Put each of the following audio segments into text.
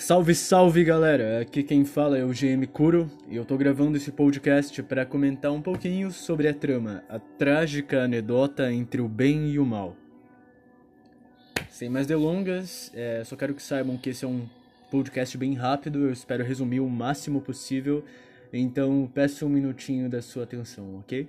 Salve, salve galera! Aqui quem fala é o GM Kuro e eu tô gravando esse podcast para comentar um pouquinho sobre a trama, a trágica anedota entre o bem e o mal. Sem mais delongas, só quero que saibam que esse é um podcast bem rápido, eu espero resumir o máximo possível, então peço um minutinho da sua atenção, ok?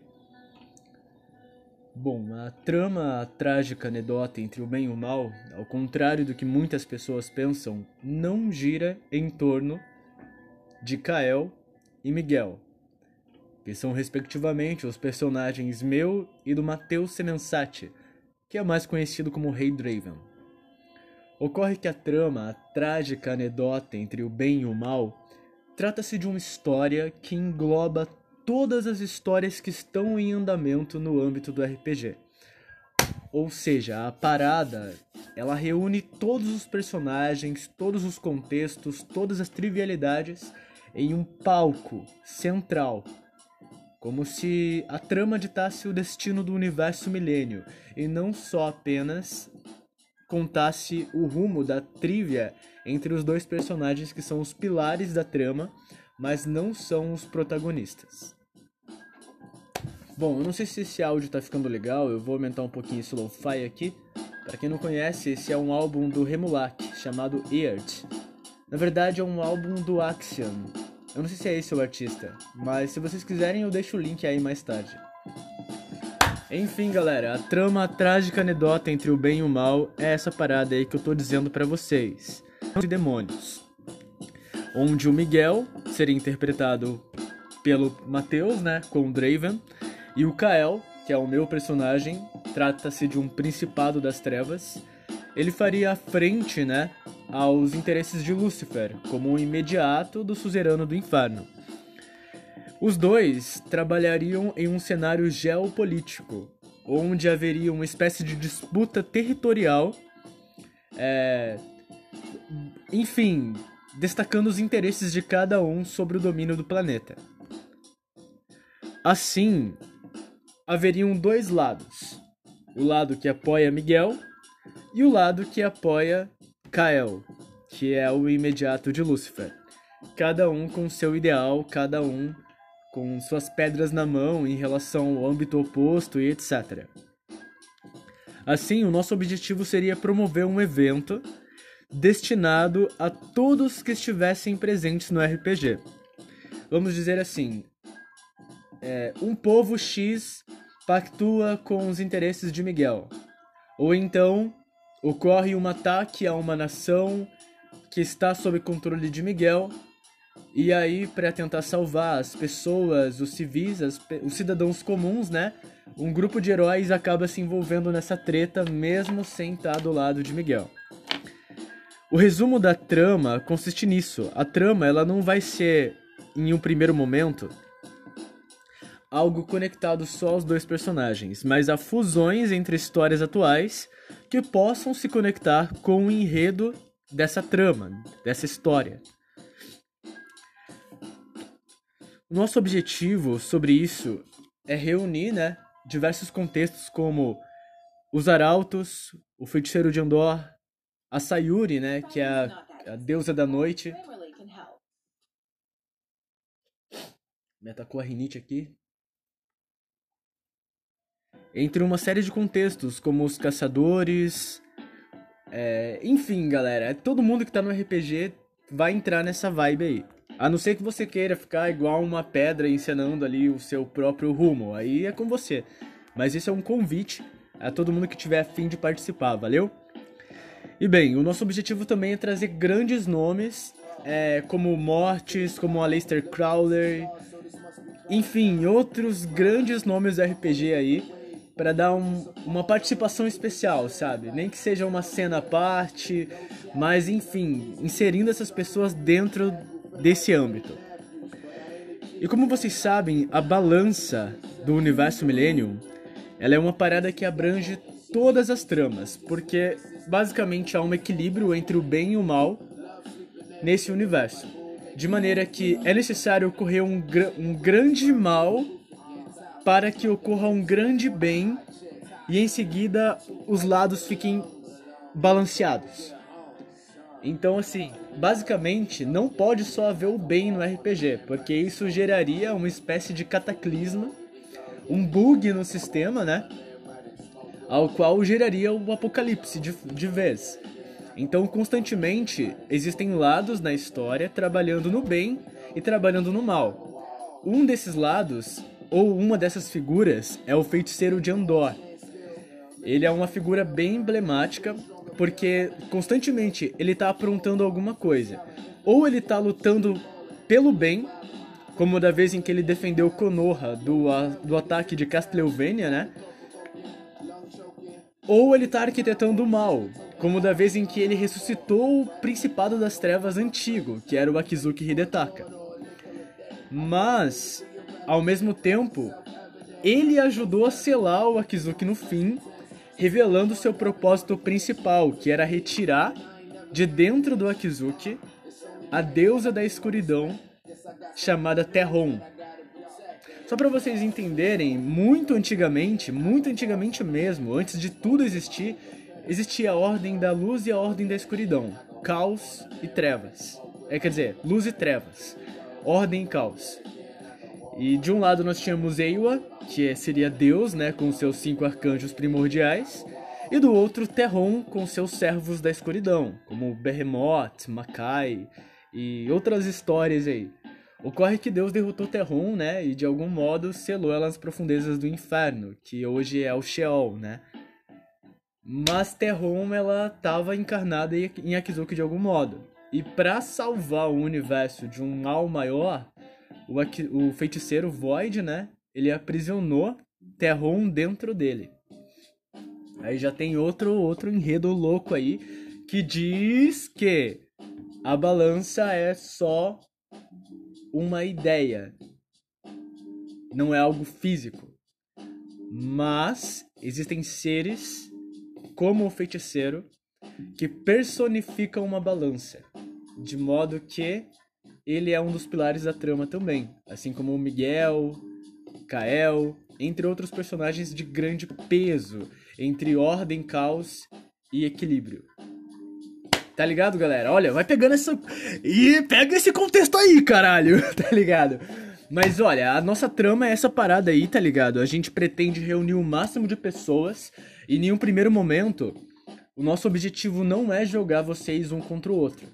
Bom, a trama, a trágica anedota entre o bem e o mal, ao contrário do que muitas pessoas pensam, não gira em torno de Kael e Miguel, que são respectivamente os personagens meu e do Matheus Semensati, que é mais conhecido como Rei Draven. Ocorre que a trama, a trágica anedota entre o bem e o mal, trata-se de uma história que engloba todas as histórias que estão em andamento no âmbito do RPG. Ou seja, a parada, ela reúne todos os personagens, todos os contextos, todas as trivialidades em um palco central, como se a trama ditasse o destino do universo milênio e não só apenas contasse o rumo da trivia entre os dois personagens que são os pilares da trama, mas não são os protagonistas. Bom, eu não sei se esse áudio tá ficando legal, eu vou aumentar um pouquinho esse lo-fi aqui. Pra quem não conhece, esse é um álbum do Remulak, chamado Earth. Na verdade é um álbum do Axiom. Eu não sei se é esse o artista, mas se vocês quiserem eu deixo o link aí mais tarde. Enfim galera, a trama, a trágica anedota entre o bem e o mal é essa parada aí que eu tô dizendo pra vocês. E demônios. Onde o Miguel seria interpretado pelo Matheus, né, com o Draven, e o Kael, que é o meu personagem, trata-se de um principado das trevas. Ele faria frente, né, aos interesses de Lúcifer, como um imediato do suzerano do inferno. Os dois trabalhariam em um cenário geopolítico, onde haveria uma espécie de disputa territorial, enfim, destacando os interesses de cada um sobre o domínio do planeta. Assim, haveriam dois lados, o lado que apoia Miguel e o lado que apoia Kael, que é o imediato de Lúcifer. Cada um com seu ideal, cada um com suas pedras na mão em relação ao âmbito oposto e etc. Assim, o nosso objetivo seria promover um evento destinado a todos que estivessem presentes no RPG. Vamos dizer assim, um povo X pactua com os interesses de Miguel. Ou então, ocorre um ataque a uma nação que está sob controle de Miguel, e aí, para tentar salvar as pessoas, os civis, os cidadãos comuns, né? Um grupo de heróis acaba se envolvendo nessa treta, mesmo sem estar do lado de Miguel. O resumo da trama consiste nisso. A trama, ela não vai ser, em um primeiro momento, algo conectado só aos dois personagens, mas há fusões entre histórias atuais que possam se conectar com o enredo dessa trama, dessa história. O nosso objetivo sobre isso é reunir, né, diversos contextos como os arautos, o feiticeiro de Andor, a Sayuri, né, que é a deusa da noite. Me atacou a rinite aqui. Entre uma série de contextos, como os caçadores. Enfim, galera, todo mundo que tá no RPG vai entrar nessa vibe aí. A não ser que você queira ficar igual uma pedra encenando ali o seu próprio rumo. Aí é com você. Mas isso é um convite a todo mundo que tiver a fim de participar, valeu? E bem, o nosso objetivo também é trazer grandes nomes, como Mortis, como Aleister Crowley, enfim, outros grandes nomes do RPG aí, para dar uma participação especial, sabe? Nem que seja uma cena à parte, mas enfim, inserindo essas pessoas dentro desse âmbito. E como vocês sabem, a balança do universo Millennium, ela é uma parada que abrange todas as tramas, porque basicamente há um equilíbrio entre o bem e o mal nesse universo. De maneira que é necessário ocorrer um grande mal para que ocorra um grande bem e em seguida os lados fiquem balanceados. Então, assim, basicamente, não pode só haver o bem no RPG, porque isso geraria uma espécie de cataclisma, um bug no sistema, né? Ao qual geraria o apocalipse de vez. Então, constantemente, existem lados na história trabalhando no bem e trabalhando no mal. Um desses lados, ou uma dessas figuras, é o Feiticeiro de Andor. Ele é uma figura bem emblemática, porque constantemente ele tá aprontando alguma coisa. Ou ele tá lutando pelo bem, como da vez em que ele defendeu Konoha do ataque de Castlevania, né? Ou ele tá arquitetando o mal, como da vez em que ele ressuscitou o Principado das Trevas antigo, que era o Akizuki Hidetaka. Mas, ao mesmo tempo, ele ajudou a selar o Akizuki no fim, revelando seu propósito principal, que era retirar de dentro do Akizuki a deusa da escuridão chamada Terron. Só para vocês entenderem, muito antigamente mesmo, antes de tudo existir, existia a ordem da luz e a ordem da escuridão, caos e trevas. Quer dizer, luz e trevas, ordem e caos. E de um lado nós tínhamos Eywa, que seria Deus, né, com seus 5 arcanjos primordiais, e do outro Terron, com seus servos da escuridão, como Behemoth, Makai e outras histórias aí. Ocorre que Deus derrotou Terron, né, e de algum modo selou ela nas profundezas do inferno, que hoje é o Sheol, né. Mas Terron, ela estava encarnada em Akizuki de algum modo. E para salvar o universo de um mal maior, o feiticeiro Void, né, ele aprisionou Terron dentro dele. Aí já tem outro enredo louco aí, que diz que a balança é só uma ideia, não é algo físico. Mas existem seres, como o feiticeiro, que personificam uma balança, de modo que ele é um dos pilares da trama também, assim como o Miguel, Kael, entre outros personagens de grande peso, entre ordem, caos e equilíbrio. Tá ligado, galera? Olha, vai pegando essa... Ih, pega esse contexto aí, caralho! Tá ligado? Mas olha, a nossa trama é essa parada aí, tá ligado? A gente pretende reunir o máximo de pessoas e em um primeiro momento, o nosso objetivo não é jogar vocês um contra o outro.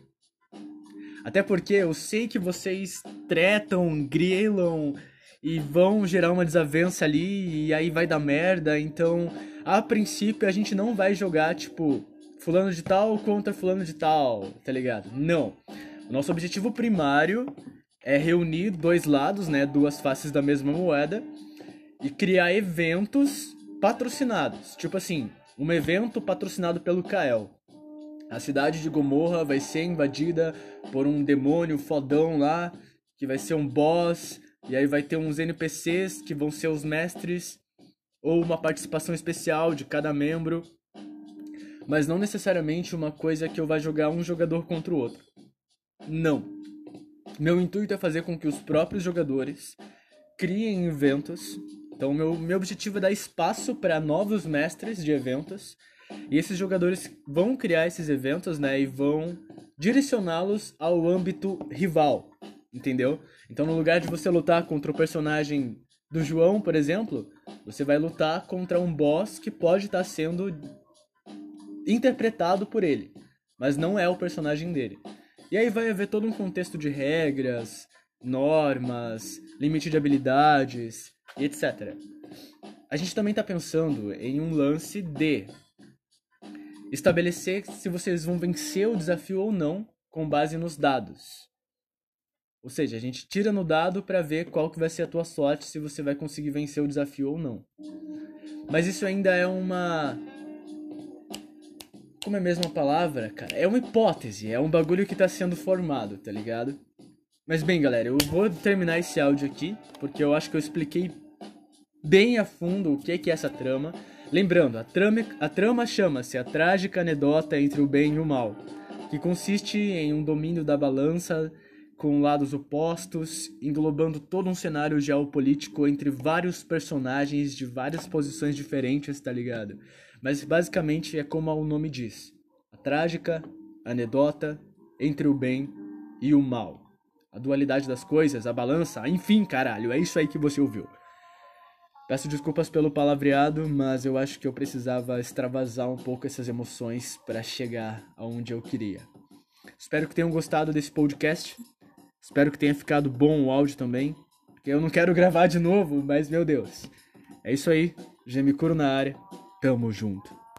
Até porque eu sei que vocês tretam, grilam e vão gerar uma desavença ali e aí vai dar merda. Então, a princípio, a gente não vai jogar, tipo, fulano de tal contra fulano de tal, tá ligado? Não. O nosso objetivo primário é reunir dois lados, né, duas faces da mesma moeda e criar eventos patrocinados. Tipo assim, um evento patrocinado pelo Kael. A cidade de Gomorra vai ser invadida por um demônio fodão lá, que vai ser um boss, e aí vai ter uns NPCs que vão ser os mestres, ou uma participação especial de cada membro, mas não necessariamente uma coisa que eu vá jogar um jogador contra o outro. Não. Meu intuito é fazer com que os próprios jogadores criem eventos. Então, meu objetivo é dar espaço para novos mestres de eventos. E esses jogadores vão criar esses eventos, né? E vão direcioná-los ao âmbito rival, entendeu? Então, no lugar de você lutar contra o personagem do João, por exemplo, você vai lutar contra um boss que pode estar sendo interpretado por ele, mas não é o personagem dele. E aí vai haver todo um contexto de regras, normas, limite de habilidades e etc. A gente também está pensando em um lance de estabelecer se vocês vão vencer o desafio ou não com base nos dados. Ou seja, a gente tira no dado para ver qual que vai ser a tua sorte, se você vai conseguir vencer o desafio ou não. Mas isso ainda é uma... Como é mesmo a palavra, cara? É uma hipótese, é um bagulho que tá sendo formado, tá ligado? Mas bem, galera, eu vou terminar esse áudio aqui, porque eu acho que eu expliquei bem a fundo o que é essa trama. Lembrando, a trama chama-se A Trágica Anedota entre o Bem e o Mal, que consiste em um domínio da balança com lados opostos, englobando todo um cenário geopolítico entre vários personagens de várias posições diferentes, tá ligado? Mas basicamente é como o nome diz, a trágica anedota, entre o bem e o mal. A dualidade das coisas, a balança, enfim, caralho, é isso aí que você ouviu. Peço desculpas pelo palavreado, mas eu acho que eu precisava extravasar um pouco essas emoções para chegar aonde eu queria. Espero que tenham gostado desse podcast. Espero que tenha ficado bom o áudio também, porque eu não quero gravar de novo, mas meu Deus. É isso aí, Gemicuro na área, tamo junto.